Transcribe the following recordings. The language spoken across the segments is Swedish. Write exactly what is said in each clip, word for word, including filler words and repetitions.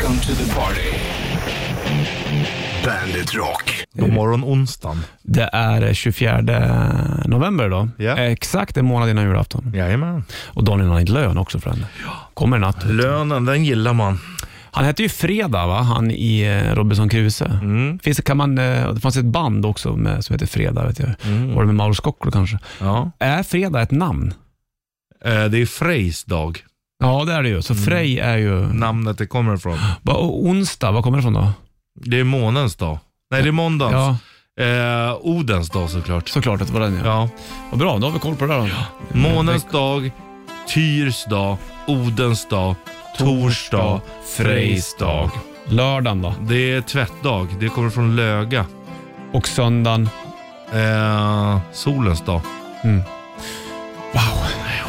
Welcome to the party. Bandit Rock. God morgon onsdagen. Det är tjugofjärde november då. Ja. Exakt en månad innan julafton. Jajamän. Och Daniel har inte lön också för henne. Kommer i natt. Lönen, den gillar man. Han hette ju Fredag, va? Han i eh, Robinson Crusoe. Mm. Finns det, kan man, eh, det fanns ett band också med, som heter Fredag, vet jag. Mm. Var det med Mauro Scocco kanske? Ja. Är Fredag ett namn? Eh, det är Frejs dag. Ja, det är det ju. Så Frej är ju... Namnet det kommer ifrån. Och onsdag, vad kommer det ifrån då? Det är månens dag. Nej, det är måndagens. Ja, Eh, Odens dag såklart. såklart att det var den. Ja. Ja. Vad bra, då har vi koll på det där då. Månens dag, Tyrs dag, Odens dag, Torsdag, Frejs dag. Lördagen då? Det är tvättdag. Det kommer från Löga. Och söndagen? Eh, solens dag. Mm. Wow.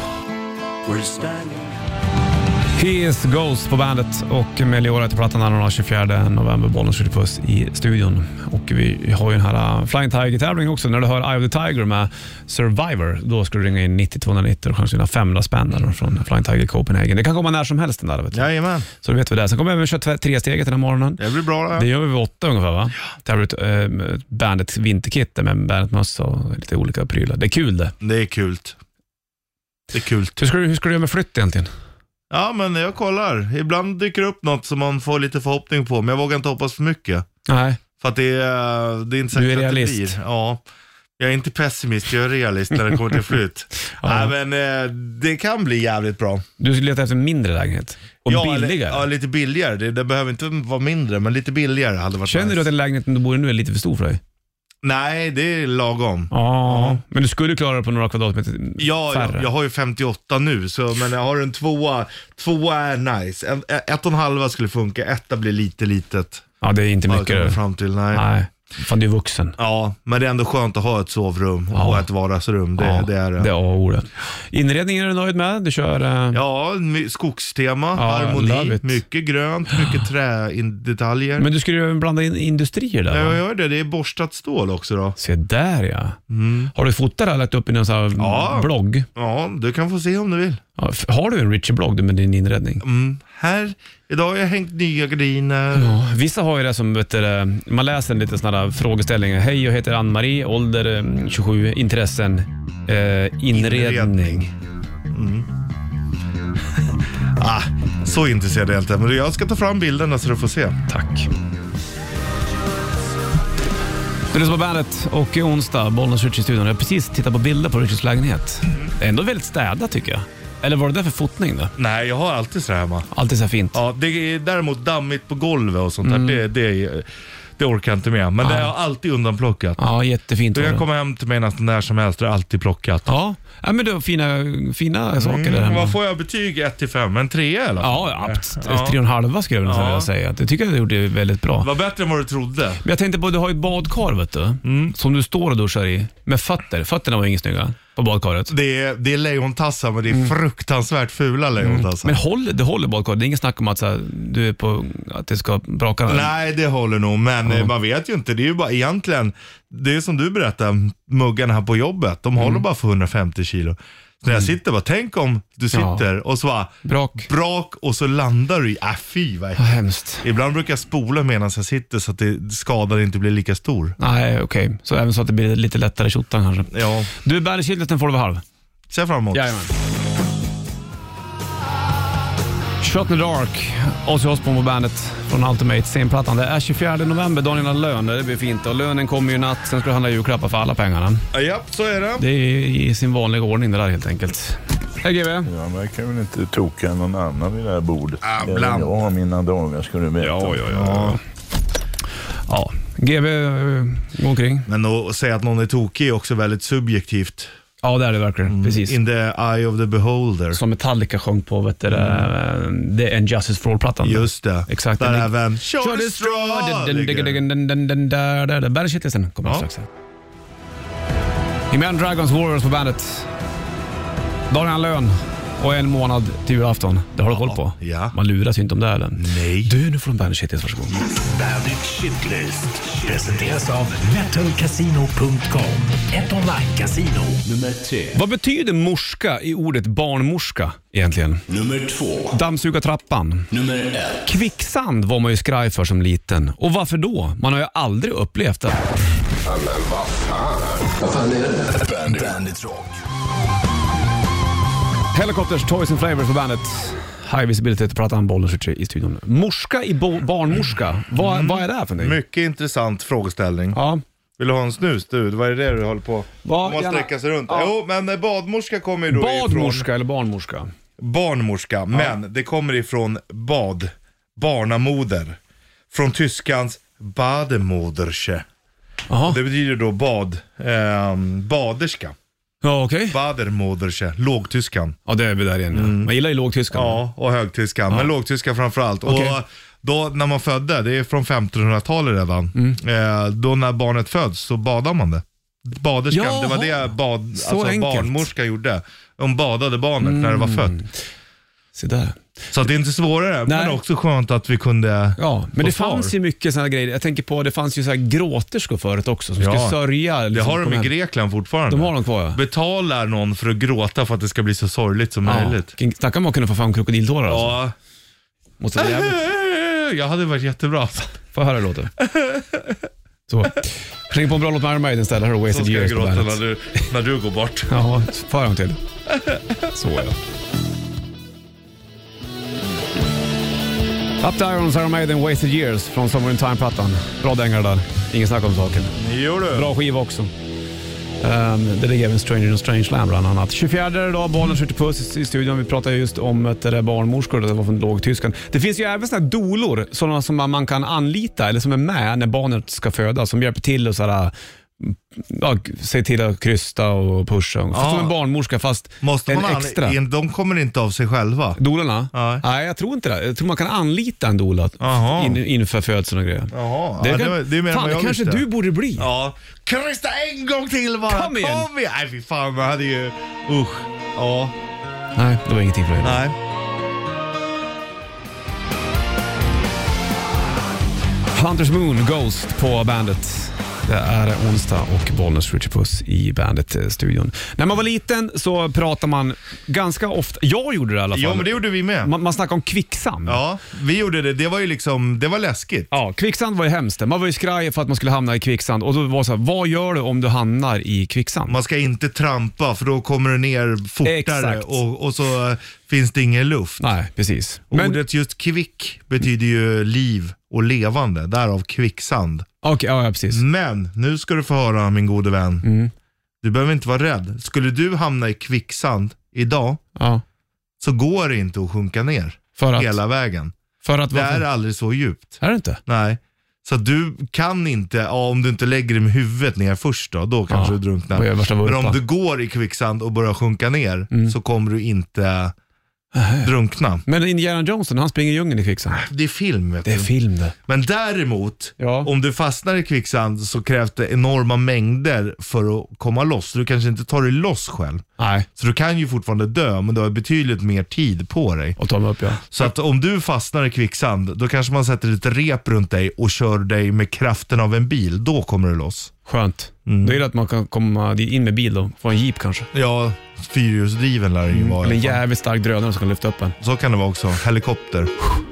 He is Ghost på bandet och med Leora till plattan här den tjugofjärde november. Bollen skjuter puss i studion. Och vi har ju den här Flying Tiger-tävlingen också. När du hör Eye of the Tiger med Survivor, då ska du ringa in nittio tvåhundranittio och kanske vinna femhundra spänn där från Flying Tiger Copenhagen. Det kan komma när som helst den där, vet du. Jajamän. Så du vet vi det. Sen kommer vi även köra tre steget den här morgonen. Det blir bra det. Det gör vi vid åtta ungefär, va? Det här blir ett äh, bandet vinterkit med bandetmössa och lite olika prylar. Det är kul det. Det är kul. Det är kul. Hur ska du, hur ska du göra med flytt egentligen? Ja, men jag kollar. Ibland dyker upp något som man får lite förhoppning på, men jag vågar inte hoppas för mycket. Nej. För att det är, det är inte Du är säkert att det realist. blir. Ja. Jag är inte pessimist, jag är realist när det kommer till flytt. Ja. Nej, men eh, det kan bli jävligt bra. Du ska leta efter en mindre lägenhet. Och ja, billigare. Ja, lite billigare. Det, det behöver inte vara mindre, men lite billigare hade varit Känner nice. du att den lägenheten du bor i nu är lite för stor för dig? Nej, det är lagom. Ja, men du skulle klara det på några kvadratmeter Ja, färre. jag, jag har ju femtioåtta nu, så, men jag har en tvåa. Tvåa är nice. En, ett och en halva skulle funka, etta blir lite litet. Ja, det är inte Ja, mycket. jag kommer fram till, nej. Nej, fan du är vuxen. Ja, men det är ändå skönt att ha ett sovrum Ja. och ett vardagsrum. Det, Ja, det är det. Det är A och O det. Inredningen är du nöjd med? Du kör... eh, Ja, my- skogstema, Ja, love harmoni, it. mycket grönt, mycket trädetaljer. Men du skulle ju blanda in industrier där, Ja, va? jag gör det. Det är borstat stål också då. Se där, ja. Mm. Har du fotat det här lagt upp i någon sån här Ja. blogg? Ja, du kan få se om du vill. Ja, f- har du en Richie-blogg med din inredning? Mm. Här, idag har jag hängt nya gardiner. Ja, vissa har ju det som, vet du, man läser en liten sån här frågeställning. Hej, jag heter Ann-Marie, ålder eh, tjugosju, intressen, eh, inredning. Mm. ah, så intresserad är jag inte. Men jag ska ta fram bilderna så du får se. Tack. Det är som på bandet och i onsdag, Bollnäs Richie i studion. Jag har precis tittat på bilder på Richies lägenhet. Det är ändå väldigt städat tycker jag. Eller var det där för fotning då? Nej, jag har alltid så här hemma. Alltid så här fint. Ja, det är däremot dammigt på golvet och sånt där. Det, det, det orkar jag inte med. Men Ja. det har jag alltid undanplockat. Ja, jättefint. Du var kan det. komma hem till mig nästan när som helst. Det är alltid plockat. Ja, ja men det var fina, fina saker där Mm, hemma. vad får jag betyg ett till fem? En trea eller? Ja, absolut. Ja. Tre och en halva skulle jag vilja Ja. säga. Det tycker jag du gjorde väldigt bra. Var bättre än vad du trodde. Men jag tänkte på, du har ju ett badkar vet du, Mm. som du står och duschar i med fötter. Fötterna var inget snygga på badkaret. Det är, det är lejontassar, men det är fruktansvärt fula lejontassar. Men håller, det håller badkaret. Det är inget snack om att så här, du är på att det ska braka. Nej, det håller nog, men Ja. man vet ju inte. Det är ju bara egentligen, det är som du berättade, muggarna här på jobbet, de håller bara för hundrafemtio kilo. Så när jag sitter bara, tänk om du sitter och så bara Brak. brak och så landar du i, äh fy vad Vad hemskt. Ibland brukar jag spola medan jag sitter så att det, skadan inte blir lika stor. Nej, okej. Så även så att det blir lite lättare tjottan kanske. Ja, Du, Bandit-kiltet, den får du vid halv. ser fram emot. Jajamän. Shot in the Dark, Ozzy Osbourne på bandet från Ultimate, scenplattan. Det är tjugofjärde november, dagen innan lön. Det blir fint och lönen kommer ju natt. Sen ska du handla julklappar för alla pengarna. Ja, så är det. Det är i sin vanliga ordning det där helt enkelt. Hej G V. Ja, men jag kan väl inte toka någon annan vid det här bordet. Ah, Även bland. jag har mina dagar, ska du veta. Ja, ja, ja. Ja, G V äh, går omkring. Men att säga att någon är tokig är också väldigt subjektivt. Ja, det är det verkligen. Precis. In the eye of the beholder. Som Metallica sjöng på, vet du, mm. det är en Justice for All-plattan. Just det. Exakt. Där Den- även Short Straw. Bergshitlisten kommer Ja. strax här. Imagine Dragons Warriors på bandet. Daniel Lön. och en månad till julafton. Det har du koll på. Ja. Man luras ju inte om det eller? Nej. Du, nu får de Bandit Shitlist, varsågod. Bandit Shitlist presenteras av metal casino punkt com. Ett online-casino. Nummer tre. Vad betyder morska i ordet barnmorska egentligen? Nummer två. Dammsuga trappan. Nummer ett. Kvicksand var man ju skraj för som liten. Och varför då? Man har ju aldrig upplevt det. Men vad fan? Vad fan är det? Bandit, Bandit Rock. Helicopters, Toys and Flavors på bandet. High visibility, pratar om bollen i studion. Morska i bo- barnmorska. Vad, mm. vad är det här för dig? Mycket intressant frågeställning. Ja. Vill du ha en snus du? Vad är det du håller på? Va, du måste gärna. sträcka sig runt. Ja. Jo, men badmorska kommer ju då Badmorska ifrån... eller barnmorska? Barnmorska, men det kommer ifrån bad. Barnamoder. Från tyskans Bademodersche. Jaha. Det betyder då bad. Eh, baderska. Ja, okej. Okay. Badermodersche. Lågtyskan. Ja, det är vi där igen. Mm. Man gillar ju lågtyskan. Ja, och högtyskan. Ja. Men lågtyska framförallt. Okay. Och då när man födde, det är från femtonhundratalet redan. Mm. Eh, då när barnet föds så badar man det. Baderskan, Jaha. det var det bad, så alltså barnmorska gjorde. De badade barnet mm. när det var fött. Så där. Så det är inte svårare, Nej. men också skönt att vi kunde. Ja, men det svar. fanns ju mycket sådana grejer. Jag tänker på, det fanns ju så här gråterskor förut också som ja. skulle sörja. Det liksom, har de i Grekland fortfarande. De har dem kvar, ja. Betalar någon för att gråta för att det ska bli så sorgligt som ja. möjligt. Snacka om att kunna få fram krokodiltårar ja. alltså. Måste det jävligt. Jag hade varit jättebra. Får höra låten. Så. Släng på en bra låt med Iron Maiden istället. Här har Wasted Years på bandet. Så ska jag gråta när du, när du går bort. Ja, för en till. Så ja. Up to Irons, Iron Maiden, Wasted Years från Somewhere in Time-plattan. Bra dängar där. Ingen snack om saken. Jo du. Bra skiva också. Um, det ligger även Stranger in a Strange Land bland annat. tjugofjärde dag, barnen skjuter puss i studion. Vi pratar just om ett där barnmorskor, det var från lågtyskan. Det finns ju även såna här dolor, sådana som man kan anlita eller som är med när barnet ska födas, som hjälper till och sådär. Ja, se till att krysta och pusha. Ja. Som en barnmorska fast måste en man extra. An- de kommer inte av sig själva. Dolarna? Nej. Nej, jag tror inte det. Jag tror man kan anlita en dola in, inför födseln och grejer. Jaha. Det, ja, kan, det, det är mer fan, det kanske visste. du borde bli. Ja. Krysta en gång till bara. Kom igen. Kom igen. Nej, fy fan. Man hade ju... Usch. Ja. Nej, det var ingenting för dig. Nej. Hunters Moon, Ghost på bandet. Det är onsdag och Bollnäs Richard Puss i bandet-studion. När man var liten så pratar man ganska ofta, jag gjorde det i alla fall. Ja, men det gjorde vi med. Man, man snackade om kvicksand. Ja, vi gjorde det. Det var ju liksom, det var läskigt. Ja, kvicksand var ju hemskt. Man var ju skraj för att man skulle hamna i kvicksand. Och då var det så här, vad gör du om du hamnar i kvicksand? Man ska inte trampa för då kommer du ner fortare och, och så finns det ingen luft. Nej, precis. Men ordet just kvick betyder ju liv och levande, därav kvicksand. Okej, okay, ja, precis. Men nu ska du få höra, min gode vän. Mm. Du behöver inte vara rädd. Skulle du hamna i kvicksand idag, ja. så går det inte att sjunka ner för att, hela vägen. För att det är aldrig så djupt. Är det inte? Nej. Så du kan inte, ja, om du inte lägger dig med huvudet ner först då, då kanske ja. du drunknar. Men om du går i kvicksand och börjar sjunka ner mm. så kommer du inte Aha. drunkna. Men Indiana Jones, han springer i djungeln i kvicksand. Det är film, vet Det är du. film det. Men däremot, ja. om du fastnar i kvicksand så krävs det enorma mängder för att komma loss. Så du kanske inte tar dig loss själv. Nej. Så du kan ju fortfarande dö, men du har betydligt mer tid på dig. Och ta mig upp, ja. Så att om du fastnar i kvicksand, då kanske man sätter lite rep runt dig och kör dig med kraften av en bil. Då kommer du loss. Skönt. Mm. Det är att man kan komma in med bil då. Få en jeep kanske. Ja, fyrhjulsdriven lär det ju vara. Eller en jävligt stark drönare som kan lyfta upp en. Så kan det vara också. Helikopter.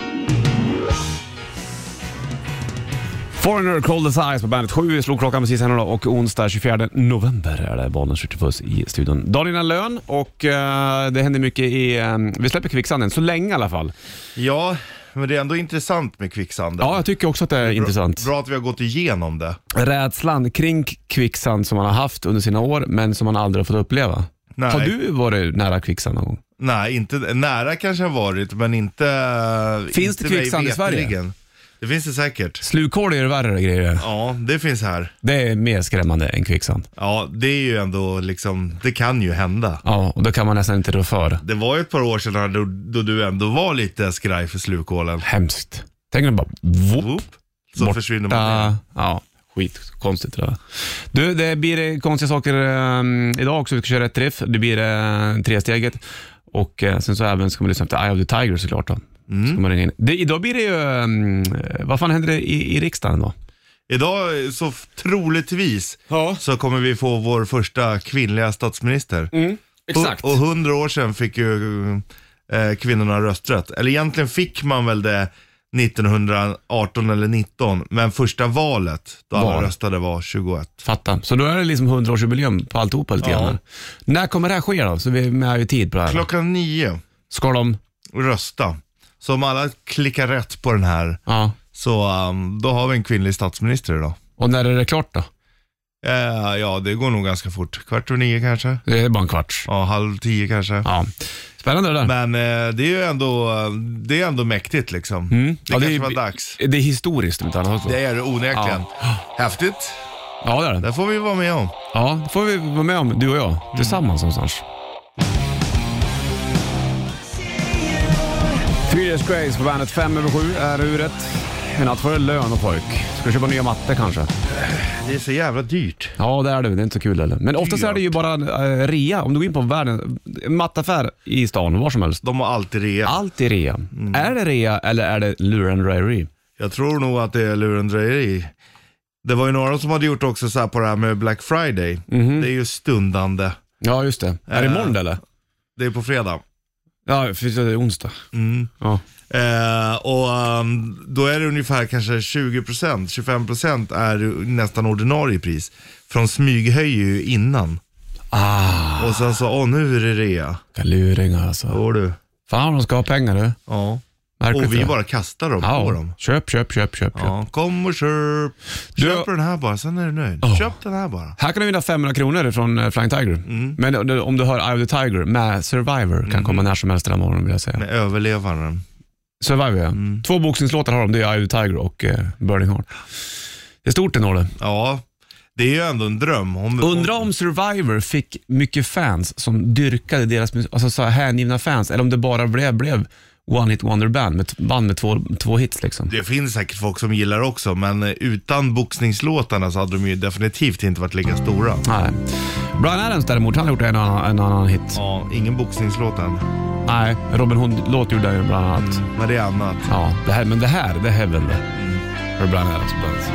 Foreigner, Cold as Ice på bandet. Sju slog klockan precis här och onsdag tjugofjärde november är det Bollnäs skjuter puss i studion. Dagen innan lön och uh, det händer mycket i... Um, vi släpper kvicksanden, så länge i alla fall. Ja, men det är ändå intressant med kvicksanden. Ja, jag tycker också att det är, det är intressant. Bra, bra att vi har gått igenom det. Rädslan kring kvicksand som man har haft under sina år, men som man aldrig har fått uppleva. Nej. Har du varit nära kvicksand någon gång? Nej, inte nära kanske har varit, men inte... Finns inte det kvicksand i Sverige? Det finns det säkert. Slukhål är det värre grejer. Ja, det finns här. Det är mer skrämmande än kvicksand. Ja, det är ju ändå liksom, det kan ju hända. Ja, och då kan man nästan inte rå för. Det var ju ett par år sedan då, då du ändå var lite skraj för slukhålen. Hemskt. Tänk dig bara, whoop, whoop, så borta. Försvinner man. Ja, skit, konstigt det där. Du, det blir konstiga saker um, idag också. Vi ska köra ett riff. Det blir uh, tresteget. Och eh, sen så även ska man lyssna till Eye of the Tiger såklart då. Mm. Ska man ringa in. Det, idag blir det ju, um, vad fan händer det i, i riksdagen då? Idag så troligtvis ja. så kommer vi få vår första kvinnliga statsminister. Mm. Exakt. Och hundra år sedan fick ju eh, kvinnorna rösträtt. Eller egentligen fick man väl det nittonhundraarton eller nitton. Men första valet då alla Val. röstade var tjugoett. Fattar. Så då är det liksom hundraårsjubileum på alltihopa lite ja. grann. När kommer det här ske då? Så vi är med i tid på det här. Klockan nio. Ska de rösta. Så om alla klickar rätt på den här ja. så um, då har vi en kvinnlig statsminister idag. Och när är det klart då? Uh, ja, det går nog ganska fort. Kvart och nio kanske. Det är bara en kvart. Ja, halv tio kanske. Ja. Spännande det där. Men uh, det är ju ändå, uh, det är ändå mäktigt liksom. Mm. Det ja, kanske det är, var dags. Det är historiskt. Utan det är det onekligen. Ja. Häftigt. Ja, det är det. Det får vi vara med om. Ja, det får vi vara med om, du och jag. Mm. Tillsammans någonstans. Three Years Grace på bandet fem över sju är uret. En natt för lön och pojk. Ska du köpa nya mattor kanske? Det är så jävla dyrt. Ja, det är det. Det är inte så kul heller. Men oftast är det ju bara äh, rea. Om du går in på världen, en mattaffär i stan, var som helst. De har alltid rea. Alltid rea. Mm. Är det rea eller är det lurendrejeri? Jag tror nog att det är lurendrejeri. Det var ju några som hade gjort också så här på det här med Black Friday. Mm-hmm. Det är ju stundande. Ja, just det. Är det imorgon eller? Det är på fredag. Ja, för det är onsdag. Mm. Ja. Eh, och um, då är det ungefär kanske tjugo procent, tjugofem procent är nästan ordinarie pris. Från smyghöjer ju innan. Ah. Och sen så, åh nu är det rea. Luringar alltså. Åh du. Fan, de ska ha pengar du. Ja. Märkligt och vi det. Bara kastar dem ja. på dem. Köp, köp, köp, köp. Ja, kom och köp. Köp du... den här bara, sen är du nöjd. Oh. Köp den här bara. Här kan du vinna femhundra kronor från uh, Flying Tiger. Mm. Men om du hör Eye of the Tiger med Survivor kan mm. komma när som helst den här morgonen vill jag säga. Med överlevaren. Survivor, ja. Mm. Två boxningslåtar har de, det är Eye of the Tiger och uh, Burning Heart. Det är stort det, Norle. Ja, det är ju ändå en dröm. Om... Undra om Survivor fick mycket fans som dyrkade deras musik, alltså så hängivna fans, eller om det bara blev, blev One Hit Wonder Band med, band med två, två hits liksom. Det finns säkert folk som gillar också, men utan boxningslåtarna så hade de ju definitivt inte varit lika stora. Nej. Brian Adams däremot, han har gjort en annan, en annan hit. Ja, ingen boxningslåt än. Nej, Robin Hood-låt gjorde ju bland annat. Mm, men det är annat. Ja, det här, men det här, det är väl det. Mm. För Brian Adams bandet.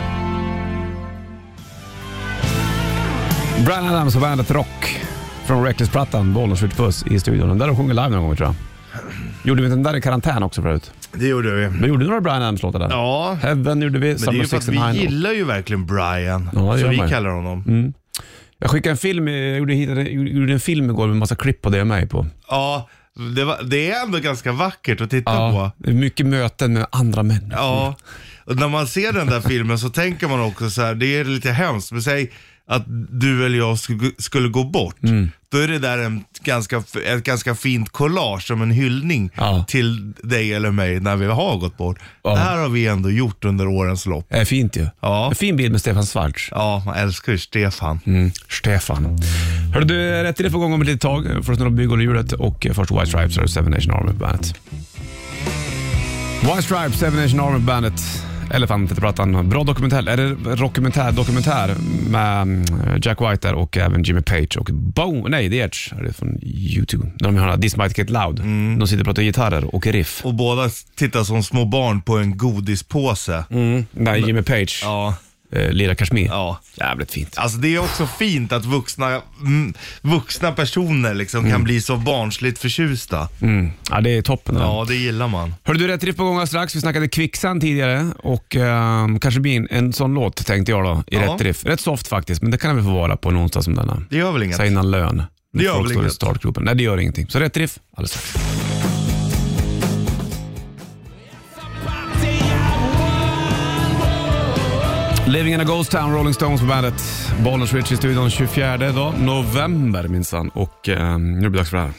Brian Adams och bandet Rock från Reckless-plattan, Bollnäs skjuter puss i studion. Där de sjunger live någon gång tror jag. Gjorde vi den där i karantän också förut? Det gjorde vi. Men gjorde du några Brian Adams-låtar där? Ja. Heaven gjorde vi. Men det är ju för att vi gillar ju verkligen Brian. Ja, så vi man. kallar honom. Mm. Jag skickade en film, jag gjorde, jag gjorde en film igår med massa klipp på det jag är med på. Ja, det, var, det är ändå ganska vackert att titta ja, på. Det är mycket möten med andra människor. Ja, och när man ser den där filmen så tänker man också så här, det är lite hemskt. Men säg att du eller jag skulle gå bort. Mm. Då är det där en ganska, ett ganska fint collage som en hyllning ja. till dig eller mig när vi har gått bort. Ja. Det här har vi ändå gjort under årens lopp. Det är fint ju. Ja. En fin bild med Stefan Schwarz. Ja, man älskar ju Stefan. Mm. Stefan. Hörru du, rätt i det för gång om ett litet tag. Först några bygg och hjulet och först White Stripes och Seven Nation Army Bandet. White Stripes, Seven Nation Army Bandet. Elefant heter plattan. Bra dokumentär. Är det dokumentär, dokumentär med Jack White där och även Jimmy Page och Bo, nej, det är Edge. Det är från YouTube. När de har This Might Get Loud. Mm. De sitter och pratar gitarrer och riff. Och båda tittar som små barn på en godispåse. Mm. Där Jimmy Page. Ja. Eh, Lira Kashmir. Ja. Jävligt fint. Alltså det är också fint att vuxna, mm, vuxna personer liksom mm. kan bli så barnsligt förtjusta. Mm. Ja, det är toppen. Då. Ja, det gillar man. Hörde du rätt riff på gång strax? Vi snackade Kvicksand tidigare och eh, kanske blir en, en sån låt tänkte jag då i ja. rätt riff. Rätt soft faktiskt, men det kan vi få vara på en onsdag som denna. Det gör väl inget. Så innan lön. Det gör väl inget. Startgruppen. Nej, det gör ingenting. Så rätt riff, alldeles strax. Living in a Ghost Town, Rolling Stones på bandet. Bollnäs Ritchie i studion tjugofjärde då, november minsann. Och eh, nu blir det dags för det här.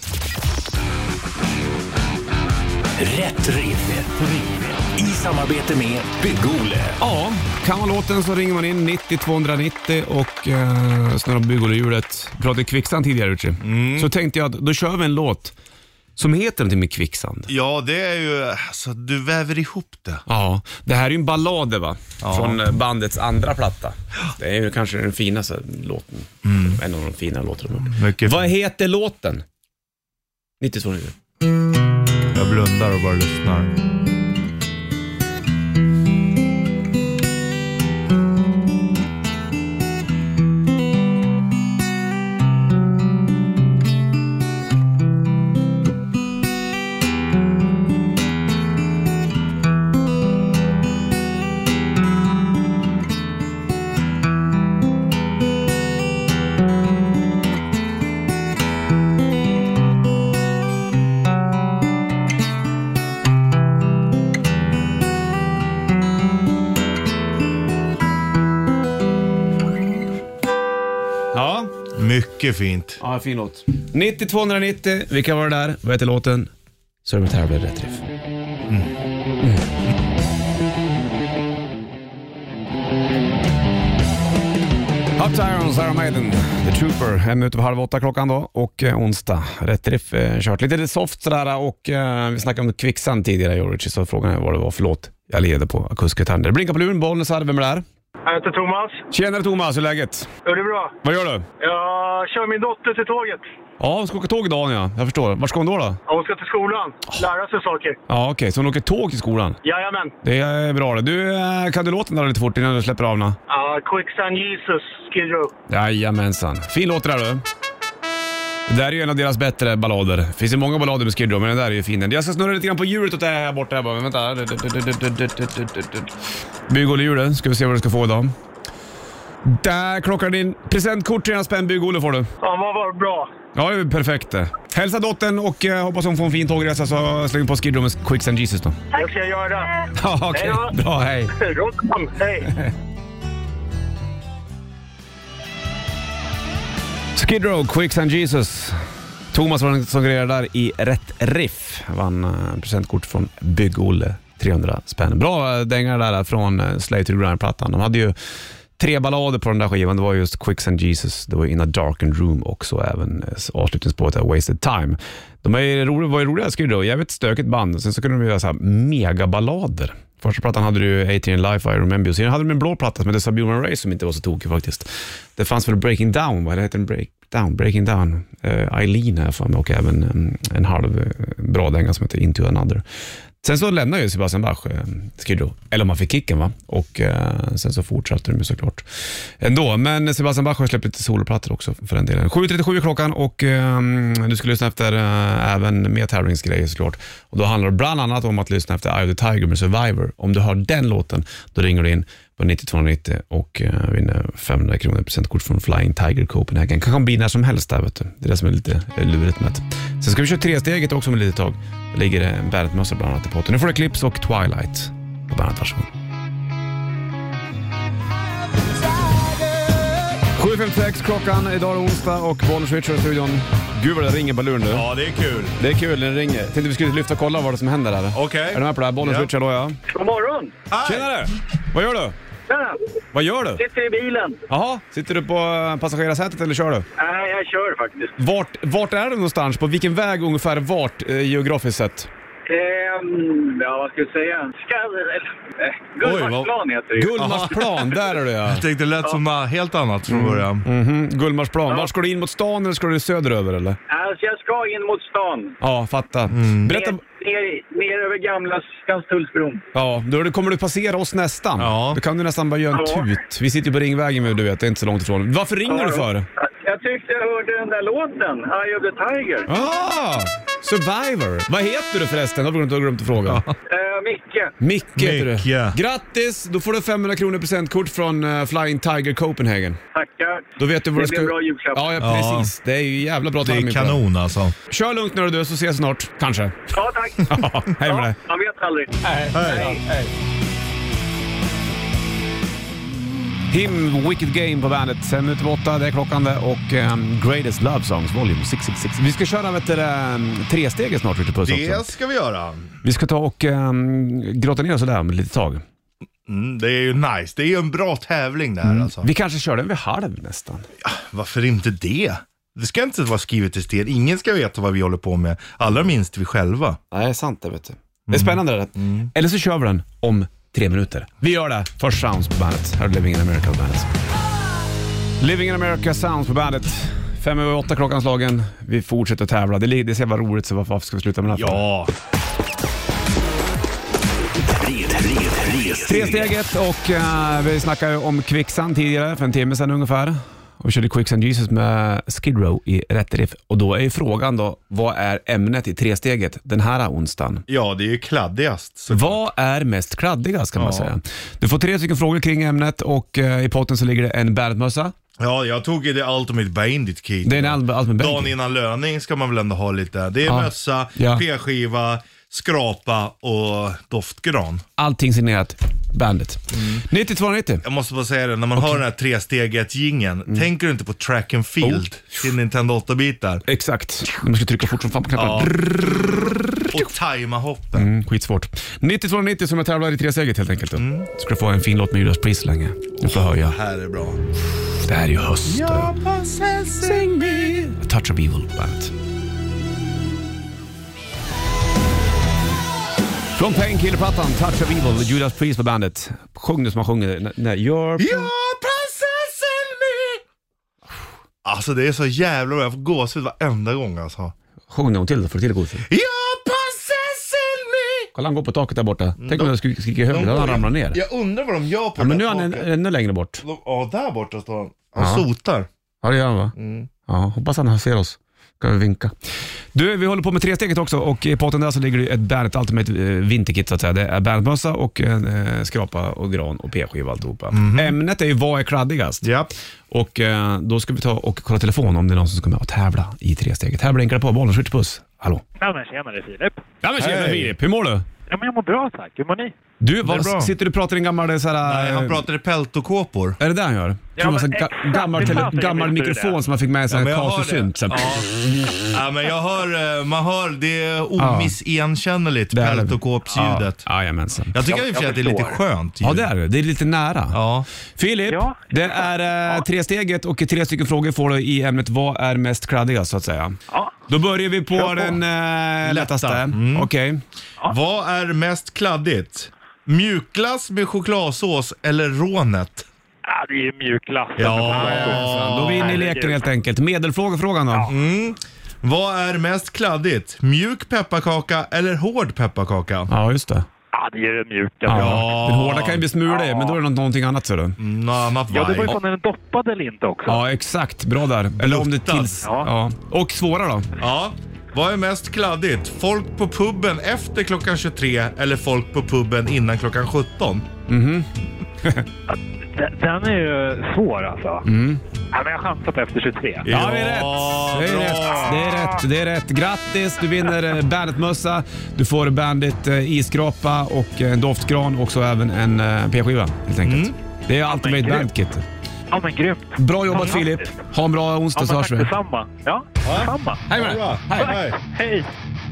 Rätt riff. I samarbete med Bygg-Ole. Ja, kan man låten så ringer man in nittio tvåhundranittio och eh, snurrar Bygg-Ole-hjulet. Pratade Kvicksand tidigare, Ritchie. Mm. Så tänkte jag att då kör vi en låt som heter någonting med Kvicksand. Ja, det är ju, alltså du väver ihop det. Ja, det här är ju en ballad va? Ja. Från bandets andra platta. Det är ju kanske den finaste låten. Mm. En av de fina låtarna. Mycket Vad heter låten? nittiotvå nio. Jag blundar och bara lyssnar. Mycket fint. Ja, fin låt. nittio tvåhundranittio, vilka var det där? Vad heter låten? Servant här blev rätt riff. Mm. Mm. Hot Irons, Iron Maiden, The Trooper. En minut över halv åtta klockan då. Och eh, onsdag. Rätt riff eh, kört. Lite soft sådär. Och eh, vi snackade om Kvicksand tidigare i Origi. Så frågan är vad det var för låt jag leder på akustikgitarren. Det blinkar på luren, bollen så hade vem är det där? Jag heter Thomas. Tjenare Thomas, hur är läget? Ja, det är bra. Vad gör du? Jag kör min dotter till tåget. Ja, hon ska åka tåg idag, ja. Jag förstår. Var ska hon då då? Ja, hon ska till skolan. Lära sig saker. Ja, okej. Okay. Så hon åker tåg till skolan? Jajamän. Det är bra det. Du, kan du låten där lite fort innan du släpper av den? Ja, Quicksand Jesus, Skid Row. Jajamensan. Fin låt där du. Det där är ju en av deras bättre ballader. Det finns ju många ballader med Skid Row, men den där är ju fin. Jag ska snurra lite grann på hjulet åt det här borta. Här bara. Men vänta. Bygg-Olle-hjulet. Ska vi se vad du ska få idag. Där klockar din presentkort till en spänn Bygg-Olle får du. Ja, vad var bra. Ja, det är perfekt. Hälsa dottern och eh, hoppas hon får en fin tågresa, så släng på Skid Row med Quicksand Jesus då. Det ska jag göra. Ja, okej. Okay. Bra, hej. Rottman, hej. Skid Row, Quicksand Jesus. Thomas var den som grejade där i rätt riff. Vann uh, presentkort från Bygg-Olle. trehundra spänn. Bra dängar där från uh, Slave to the Grind-plattan. De hade ju tre ballader på den där skivan. Det var just Quicksand Jesus, det var In a Darkened Room också, även uh, avslutningsspåret av Wasted Time. De är roliga, var ju roliga Skid Row. Jävligt stökigt band. Sen så kunde de göra så här megaballader. Första plattan hade du eighteen Life, I Remember You. Sen hade de en blå platta som hette Subhuman Race som inte var så tokig faktiskt. Det fanns väl Breaking Down, vad heter den? Break Down, Breaking Down. Uh, Eileen här för mig, och även um, en halv uh, bra dänga som heter Into Another. Sen så lämnade ju Sebastian Bach uh, Skid Row. Eller man fick kicken va? Och uh, sen så fortsatte de ju såklart ändå. Men Sebastian Bach har släppt lite soloplattor också för den delen. sju trettiosju klockan och um, du skulle lyssna efter uh, även mer tävlingsgrejer såklart. Och då handlar det bland annat om att lyssna efter Eye of the Tiger med Survivor. Om du har den låten, då ringer du in på nittio tvåhundranittio och uh, vinner femhundra kronor presentkort från Flying Tiger Copenhagen. Kan bli när som helst där, vet du. Det är det som är lite lurigt med det. Sen ska vi köra tre steget också med lite tag. Det ligger en Bandet-mössa bland annat i potten. Nu får du Clips och Twilight på Bandet, varsågod. sju femtiosex klockan, idag är onsdag och Bollnäs Richard i studion. Gud vad det ringer på luren nu. Ja, det är kul. Det är kul när det ringer. Tänkte vi skulle lyfta och kolla vad det som händer där. Okej. Okay. Är du med på det här? Bollnäs ja. Richard då, ja. God morgon. Tjenare! Vad gör du? Tjena. Vad gör du? Sitter i bilen. Jaha, sitter du på passagerarsätet eller kör du? Nej, jag kör faktiskt. Vart, vart är du någonstans? På vilken väg ungefär vart eh, geografiskt sett? Um, ja, vad ska jag säga? Ska, eh, Gullmarsplan heter det. Gullmarsplan, där är det ja. Jag tänkte det lät ja. som uh, helt annat från början. Mm. Mm-hmm. Gullmarsplan. Ja. Var ska du in mot stan eller ska du söderöver eller? Alltså jag ska in mot stan. Ja, fatta. Mm. Berätta... Ner, ner, ner över gamla Skanstullsbron. Ja, då kommer du passera oss nästan. Ja. Då kan du nästan bara göra en ja. tut. Vi sitter ju på Ringvägen med, du vet, det är inte så långt ifrån. Varför ringer ja. du för? Jag tyckte jag hörde den där låten, Eye of the Tiger. Ah, Survivor. Vad heter du förresten? Har du glömt att fråga. Uh, Micke. Micke heter du. Grattis, då får du femhundra kronor presentkort från uh, Flying Tiger Copenhagen. Tackar. Då vet du vad det du ska... blir bra julklapp. Ja, ja, precis. Ja. Det är ju jävla bra timing. Det är kanon alltså. Kör lugnt när du är, så ses snart. Kanske. Ja, tack. Ja, hej med dig. Man vet aldrig. Hej. Hej. Hej. Hej. Him, Wicked Game på bandet. Sen ut på åtta, det är klockan det. Och um, Greatest Love Songs, volume sex sex sex. Vi ska köra vet du, um, tre steg snart ute på oss också. Det ska vi göra. Vi ska ta och um, grotta ner oss där om lite tag. Mm, det är ju nice. Det är ju en bra tävling där mm. alltså. Vi kanske kör den vid halv nästan. Ja, varför inte det? Det ska inte vara skrivet i sten. Ingen ska veta vad vi håller på med. Allra minst vi själva. Nej, det är sant det vet du. Det är spännande det. Mm. Eller så kör vi den om tre minuter. Vi gör det. First Sounds på bandet. Här är Living in America på bandet. Living in America Sounds på bandet. Fem över åtta klockan slagen. Vi fortsätter tävla. Det, det ser vara roligt, så varför ska vi sluta med det här? Ja. Tre, tre, tre, Tre steget och uh, vi snackade om Quicksand tidigare, för en timme sedan ungefär. Och vi körde Quicksand Jesus med Skid Row i rätt riff. Och då är ju frågan då, vad är ämnet i tre steget den här onsdagen? Ja, det är ju kladdigast. Så. Vad är mest kladdigast kan man Ja. säga? Du får tre stycken frågor kring ämnet och uh, i potten så ligger det en bandmössa. Ja, jag tog ju det Ultimate Bandit Kit. Det är en all- Ultimate Dagen Bandit. innan löning ska man väl ändå ha lite. Det är Ja. mössa, Ja. p-skiva, skrapa och doftgran. Allting signerat Bandit. Mm. nittiotvå nittio. Jag måste bara säga det, när man har den här tresteget-gingen, Mm. tänker du inte på track and field Oh. till Nintendo åtta-bitar? Exakt. Man ska trycka fort som fan på knappen. Ja. Och tajma hoppen. Mm, skitsvårt. nittiotvå nittio som jag tävlar i tre steget helt enkelt. Då. Mm. Ska du få en fin låt med Judas Priest länge. Du får höja. Här är bra. Det här är ju höst. Sing me. A touch of evil bandet. Från Painkiller-plattan Touch of Evil, Judas Priest på bandet. Sjung det som man sjunger. N- när you're... You're possessing me. Alltså det är så jävla bra. Jag får gåshud varenda gång alltså. Sjung någon till då, för till god. You're possessing me. Kolla han går på taket där borta. Tänk om jag skulle skrika högre, då hade han ramlat ner. Jag undrar vad de gör på Ja, men nu det är han taket. en- ännu längre bort. De- Ja, där borta står han. Han Ja. sotar. Ja, det gör han va? Mm. Ja, hoppas han ser oss. Ska vi vinka. Du, vi håller på med tre steget också och i potten där så ligger det ett Bandet Ultimate eh, vinterkit så att säga. Det är bandmössa och en eh, skrapa och gran och p-skiva alltihopa. Ämnet är ju vad är kladdigast? Ja. Och eh, då ska vi ta och kolla telefon om det är någon som ska med och tävla i tre steget. Här blinkar det på, bollen skjuter puss. Hallå? Ja, men tjena, det är Filip. Ja men tjena Hej. Filip, hur mår du? Ja, men jag mår bra, tack. Hur mår ni? Du, bra. vad, sitter du och pratar i en gammal såhär... Nej, han pratar i peltokåpor. Är det där han gör? Ja, Ja, men en ga- exakt. gammal, Det tele- fanns gammal ingen bild på mikrofon det. som man fick med sig en men jag hör kasussynt. det. Ja. Ja, men jag hör, eh, man hör det omissigenkännligt, Det är det. peltokåpsljudet. Ja, jajamensan. Jag tycker Jag- i och för sig jag att det är lite förstår. skönt. Ja, ljud. det är det. Det är lite nära. Ja. Filip, Ja. det är eh, tre steget och tre stycken frågor får du i ämnet vad är mest kladdigast så att säga. Ja. Då börjar vi på, Kör på. den eh, lättaste. Mm. Okej. Vad är mest kladdigt? Mjukglass med chokladsås eller rånet? Ja, det är ju mjukglass. Ja. Då är vi inne i leken helt enkelt. Medelfrågefrågan då? Mm. Vad är mest kladdigt? Mjuk pepparkaka eller hård pepparkaka? Ja, just det. Ja, det är det mjuka. Ja. Ja. Den hårda kan ju bli smulig, men då är det någonting annat så du. Något annat Ja, det var ju vibe. från en doppad eller inte också. Ja, exakt. Bra där. Eller om det Bluttad. tills... Ja. Ja. Och svåra då? Ja. Vad är mest kladdigt? Folk på puben efter klockan tjugotre eller folk på puben innan klockan sjutton? Den, den är ju svår alltså. Mm. Ja, men jag chansar på efter tjugotre. Ja, det är rätt. Det är bra. rätt. Det är rätt. Det är rätt. Grattis, du vinner eh, Bandit-mössa. Du får Bandit eh, iskrapa och en doftgran och så även en eh, p-skiva helt enkelt. Mm. Det är Ultimate men grymt. Bandit-kit. Ja, men grymt. Bra jobbat Fantastiskt. Filip. Ha en bra onsdag Ja, så men hörs tack vi. detsamma. Ja, detsamma. Hej med dig. Bra. Hej. Hej. Hej.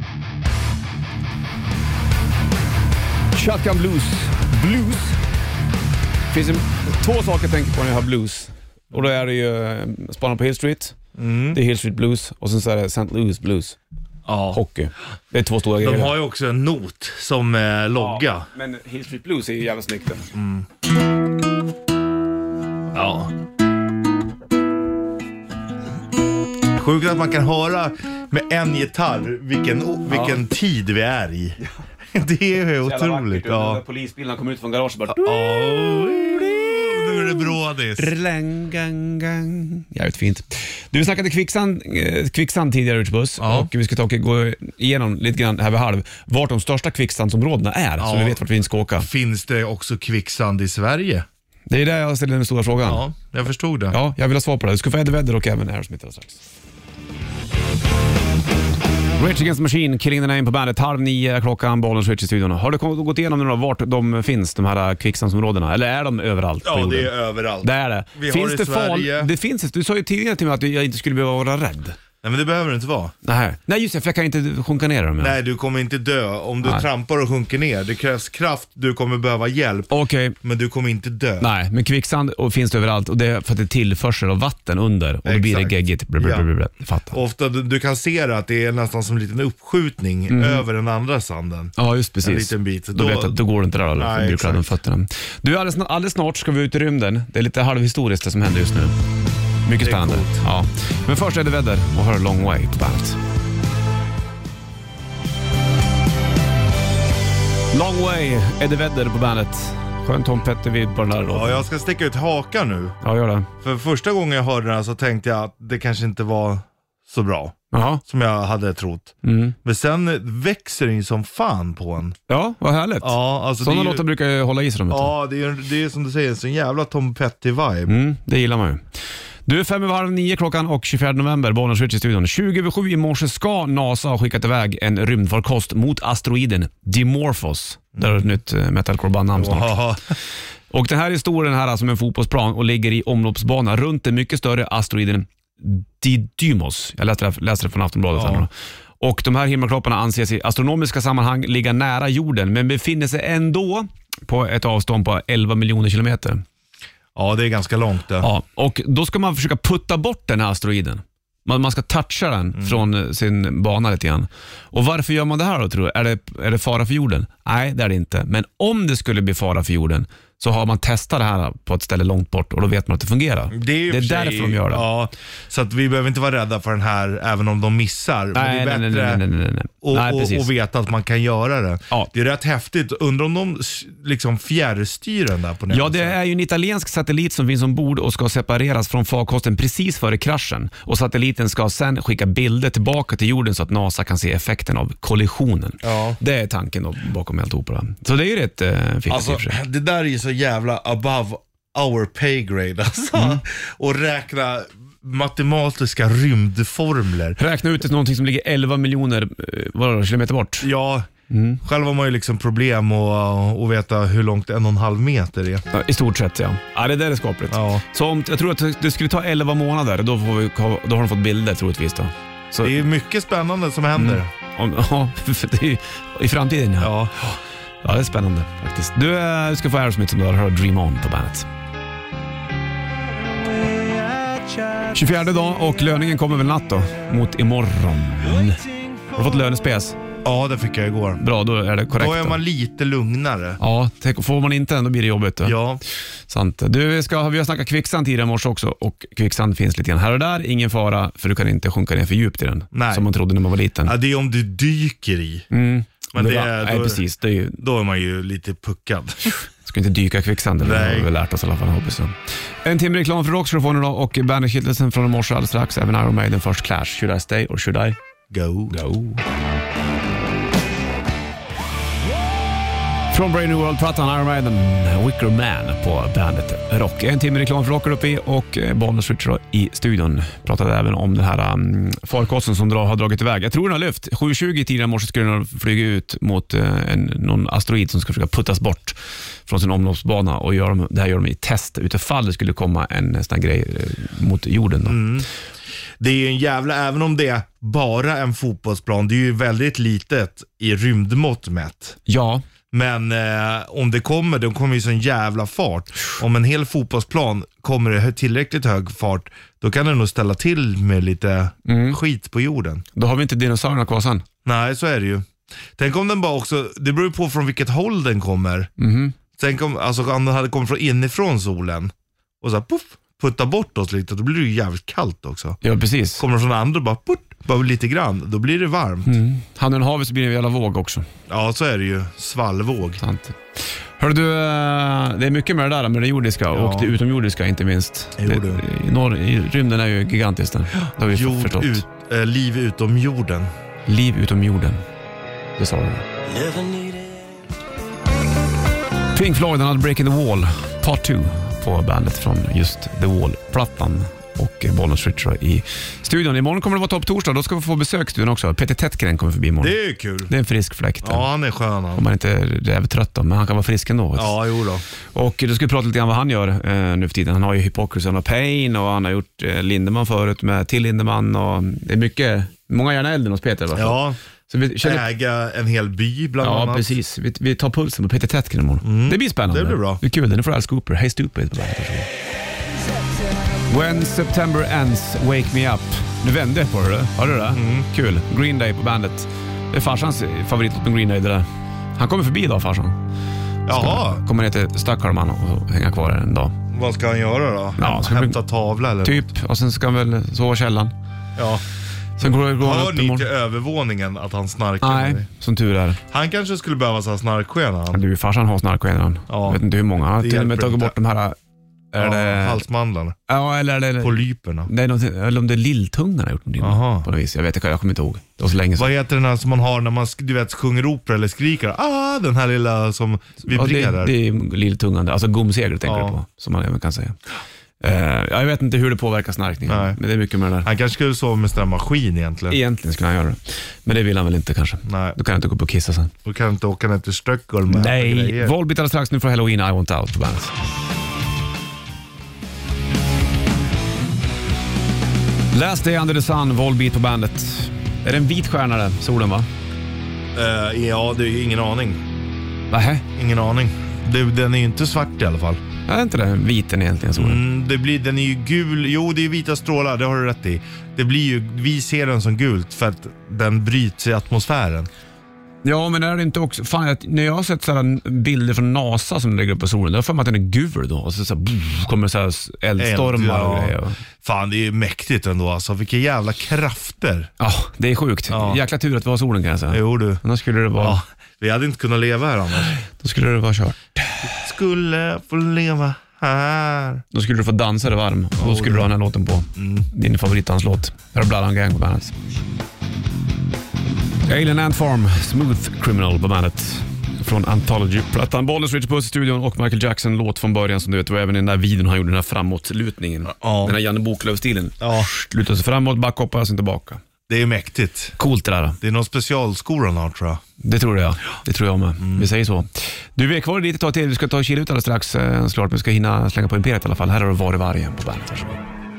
Shotgun Blues. Blues. Det finns ju två saker jag tänker på när jag har blues. Och då är det ju eh, Spanarna på Hill Street. Det är Hill Street Blues. Och sen så är det Saint Louis Blues. Ja. Hockey. Det är två stora De grejer. har ju också en not som eh, logga. Men Hill Street Blues är ju jävla snyggt. Ja. Sjukt att man kan höra med en gitarr vilken, vilken tid vi är i. Det är ju otroligt. Ja. Polisbilarna kommer ut från garaget och bara... Oh, nu är det brådis. Jävligt fint. Du snackade kvicksand, eh, kvicksand tidigare ute buss Ja. och vi ska ta och gå igenom lite grann här vid halv vart de största kvicksandsområdena är, så Ja. vi vet vart vi ska åka. Finns det också kvicksand i Sverige? Det är där jag ställer den stora frågan. Ja, Ja, jag förstod det. ja jag vill ha svar på det. Du ska få Eddie Vedder och även Aerosmith alldeles strax. Rage Against the Machine, Killing the Name på bandet. Halv nio klockan, bollen switch i studion. Har du gått igenom nu då, vart de finns, de här kvicksandsområdena? Eller är de överallt på Ja, jorden? det är överallt. Det är det. Vi finns har det i Sverige. Det finns, du sa ju tidigare till mig att jag inte skulle behöva vara rädd. Nej, men det behöver det inte vara. Nej, Nej just det, för jag kan inte sjunka ner dem. Ja. Nej, du kommer inte dö om du Nej. trampar och sjunker ner. Det krävs kraft, du kommer behöva hjälp, Okej, men du kommer inte dö. nej, men kvicksand och finns det överallt och det är för att det är tillförsel av vatten under och då blir det Exakt. geggigt. Blä, blä, blä, blä, blä. Fattar. Ofta du, du kan se det att det är nästan som en liten uppskjutning över den andra sanden. Ja, just precis. En liten bit. Då, Då- vet jag, då går det inte där då, Nej, för du blir klädd om exakt. fötterna. Du, alldeles, alldeles snart ska vi ut i rymden. Det är lite halvhistoriskt det som händer just nu. Mycket spännande. Ja. Men först är det väder och hör Long Way på bandet. Long Way är det väder på bandet. Skön Tom Petty vid på den där då. Ja, jag ska sticka ut hakan nu. Ja, gör det. För första gången jag hörde den så tänkte jag att det kanske inte var så bra. Jaha. Som jag hade trott. Mm. Men sen växer den ju som fan på en. Ja, vad härligt. Ja, alltså sådana ju... låtar brukar ju hålla i sig dem. Ja, det är, det är som du säger, en sån jävla Tom Petty-vibe. Mm, det gillar man ju. Du är fem över halv nio klockan och tjugofjärde november, Bollnäs Ritchie i studion. tjugo över sju i morse ska NASA ha skickat iväg en rymdfarkost mot asteroiden Dimorphos. Mm. Där är ett nytt metalcore-bandnamn snart. Wow. Och den här är stor, den här som en fotbollsplan och ligger i omloppsbana runt den mycket större asteroiden Didymos. Jag läste det, läste det från Aftonbladet. Ja. Här. Och de här himmelkropparna anses i astronomiska sammanhang ligga nära jorden men befinner sig ändå på ett avstånd på elva miljoner kilometer. Ja, det är ganska långt. Det. Ja, och då ska man försöka putta bort den här asteroiden. Man, man ska toucha den mm. från sin bana lite grann. Och varför gör man det här då, tror du? Är det, är det fara för jorden? Nej, det är det inte. Men om det skulle bli fara för jorden så har man testat det här på ett ställe långt bort och då vet man att det fungerar. Det är, det är sig, därför de gör det. Ja, så att vi behöver inte vara rädda för den här även om de missar. Nej, men det är bättre nej, nej, nej, nej, nej. Och, nej, och, och veta att man kan göra det. Ja. Det är rätt häftigt. Undrar om de liksom fjärrstyr den där på nätet. Ja, det är ju en italiensk satellit som finns ombord och ska separeras från farkosten precis före kraschen. Och satelliten ska sen skicka bilder tillbaka till jorden så att NASA kan se effekten av kollisionen. Ja. Det är tanken då bakom alltihop. Så det är ju rätt äh, fint. Alltså, det där är ju så jävla above our pay grade alltså. Mm. Och räkna matematiska rymdformler. Räkna ut någonting som ligger elva miljoner vad kilometer bort. Ja, mm. själv har man ju liksom problem att, att veta hur långt en och en halv meter är. Ja, i stort sett, ja. Ja, det där är skapligt. Ja. Så om, jag tror att det skulle ta elva månader, då, får vi, då har de fått bilder troligtvis då. Så, det är mycket spännande som händer. Mm. Om, ja, det är ju i framtiden. Ja. Ja. Ja, det är spännande faktiskt. Du äh, ska få Aerosmith som du har hört Dream On på bandet. tjugofjärde dag och löningen kommer väl natt då, mot imorgon. Har du fått lönespes? Ja, det fick jag igår. Bra, då är det korrekt. Då är man lite lugnare. Ja, tänk, får man inte den då blir det jobbigt. Då. Ja. Sant. Du, ska, vi har snackat kvicksand tidigare i morse också och kvicksand finns lite grann här och där. Ingen fara, för du kan inte sjunka ner för djupt i den. Nej. Som man trodde när man var liten. Ja, det är om du dyker i. Mm. Men det det var, är, nej, då, precis. Det är ju, då är man ju lite puckad. ska inte dyka kvicksand, eller har vi lärt oss i alla fall, hoppas jag. En timme reklam för Rockstar får nu då och Bandet Kittelsen från morse alldeles strax. Även Iron Maiden först Clash. Should I stay or should I go? Go. Från Brave New World-plattan Iron Maiden, Wicker Man på Bandet Rock. En timme reklam för Rocker uppe i och Bollnäs Ritchie i studion. Pratade även om den här um, farkosten som dra, har dragit iväg. Jag tror den har lyft. sju tjugo tidigare i morse skulle den flyga ut mot uh, en, någon asteroid som ska försöka puttas bort från sin omloppsbana och gör de, det här gör de i test utifall det skulle komma en sån här grej uh, mot jorden då. Mm. Det är ju en jävla, även om det är bara en fotbollsplan, det är ju väldigt litet i rymdmått mätt. Ja. Men eh, om det kommer, de kommer ju sån jävla fart. Om en hel fotbollsplan kommer i tillräckligt hög fart, då kan den nog ställa till med lite mm. skit på jorden. Då har vi inte dinosaurierna kvar sen. Nej, så är det ju. Tänk om den bara också, det beror ju på från vilket håll den kommer. Mm. Tänk om, alltså, om den hade kommit från inifrån solen och så här, puff, putta bort oss lite, då blir det ju jävligt kallt också. Ja, precis. Kommer från andra och bara putt, bara lite grann, då blir det varmt. Mm. Handen havet så blir det en jävla våg också. Ja, så är det ju. Svallvåg. Sant. Hör du, det är mycket med det där med det jordiska ja. och det utomjordiska inte minst. Jo, det, i, norr, I rymden är ju gigantiskt. Det har vi Jord förstått. Ut, äh, liv utom jorden. Liv utom jorden. Det sa du. Pink Floyd hade Breaking the Wall Part två på bandet från just The Wall-plattan. Och Bollnäs Ritchie i studion. Imorgon kommer det vara topp torsdag. Då ska vi få besök i studion också. Peter Tättgren kommer förbi imorgon. Det är kul. Det är en frisk fläkt. Ja, han är skön. Han. Om man inte är trött då, men han kan vara frisk ändå. Ja, jo då. Och då ska vi prata lite grann vad han gör eh, nu för tiden. Han har ju Hypocrisy and Pain och han har gjort eh, Lindemann förut med till Lindemann. Och det är mycket, många gärna äldre hos Peter. Va? Ja, så vi känner... äga en hel by bland ja, annat. Ja, precis. Vi, vi tar pulsen på Peter Tättgren imorgon. Mm. Det blir spännande. Det blir bra. Det är kul. Den är för Al Cooper. Hey Stupid. When September Ends, Wake Me Up. Nu vände jag på det, har du det? Mm. Kul. Green Day på bandet. Det är farsans favorit med Green Day det där. Han kommer förbi idag, farsan. Jaha. Kommer ner till Stockholm och hänga kvar här en dag. Vad ska han göra då? Ja, ska Hämta vi... tavla eller? Typ, och sen ska han väl sova i källaren. Ja. Sen går, går han Hör upp ni imorgon. till övervåningen att han snarkar? Nej, som tur är. Han kanske skulle behöva så här snarkskena. Ja, du, farsan har snarkskenan. Ja. Jag vet inte hur många. Han har Det till och med hjälper tagit inte. bort de här... Är Ja, det... halsmandlarna. Ja, eller... eller... Polyperna. Det är något, eller om det är lilltungan har gjort någonting Aha. på något vis. Jag vet inte, jag kommer inte ihåg. Det var så länge sedan. Vad heter den här som man har när man du vet, sjunger opera eller skriker? Ah, den här lilla som vibrerar. Ja, det, det är lilltungan, alltså gomsegel tänker Ja. jag på, som man även kan säga. Uh, jag vet inte hur det påverkar snarkningen, Nej. men det är mycket med det där. Han kanske skulle sova med sån där maskin egentligen. Egentligen skulle han göra det, men det vill han väl inte kanske. Nej. Då kan han inte gå upp och kissa sen. Då kan inte åka ner till Stockholm med Nej, grejer. Volbeat alldeles strax nu för Halloween, I Want Out på bandet. Last Day Under the Sun, Volbeat på bandet. Är det en vit stjärna där, solen va? Uh, ja, det är ju ingen aning. Nähä, Ingen aning. Det, den är ju inte svart i alla fall. är inte det viten egentligen solen? Mm, det blir, den är ju gul. Jo, det är vita strålar, det har du rätt i. Det blir ju, vi ser den som gult för att den bryts i atmosfären. Ja, men är det inte också... Fan, jag, när jag har sett sådana bilder från NASA som lägger upp på solen, då har jag för mig att den är gul då. Och så, så här, brr, kommer så här eldstormar och Ja. grejer. Fan, det är ju mäktigt ändå alltså. Vilka jävla krafter. Ja, det är sjukt. Ja. Jäkla tur att det var solen kan jag säga. Jo du. Annars skulle det vara... Ja, vi hade inte kunnat leva här annars. Då skulle det vara kört. Skulle få leva här. Då skulle du få dansa dig varm. Och då skulle du ha den här låten på. Mm. Din favoritdanslåt. Här har Blood on Gang på bandet. Alien Antform, Smooth Criminal på bandet. Från Anthology-plattan. Bollnäs, Richard Puss i studion och Michael Jackson låt från början som du vet. Och även i den där videon han gjorde den här framåtlutningen. Ja. Den här Janne Boklöv-stilen. Ja. Lutar sig framåt, backhoppa sig tillbaka. Det är mäktigt. Coolt det där. Det är någon specialskor han har tror jag. Det tror jag. Det tror jag med. Vi säger så. Du, vi är kvar dit ett tag till. Vi ska ta och kila ut alldeles strax. Eh, Såklart, men vi ska hinna slänga på Imperiet i alla fall. Här har du Var i vargen på bandet. Varsågod.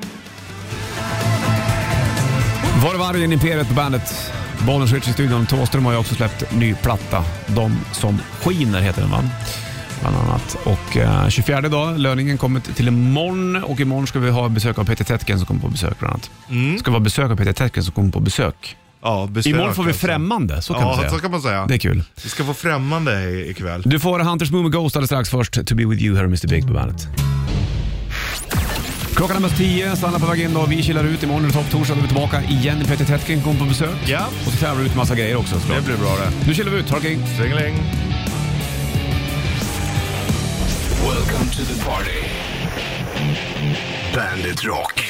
Var i vargen, Imperiet på bandet. Bollnäs Rich i studion. Tåström har ju också släppt ny platta. De som skiner heter den va? Bland annat. Och eh, tjugofjärde dag, löningen kommer till imorgon. Och imorgon ska vi ha besök av Peter Tätken som kommer på besök bland annat. Mm. Ska vara besök av Peter Tätken som kommer på besök. Ja, besök, Imorgon får vi alltså. främmande, så kan Ja, man säga. så kan man säga. Det är kul. Vi ska få främmande i- ikväll. Du får Hunters Moon med Ghost alldeles strax först. To be with you, här är mister Big på bandet. Klockan är mest tio, stanna på väg in då. Vi kilar ut imorgon är topp torsdag. Då är vi tillbaka igen. Peter Tätken kommer på besök. Ja. Och så tävlar vi ut massa grejer också. Det blir bra det. Nu kilar vi ut, Harking. Stringeling. Welcome to the party. Bandit Rock.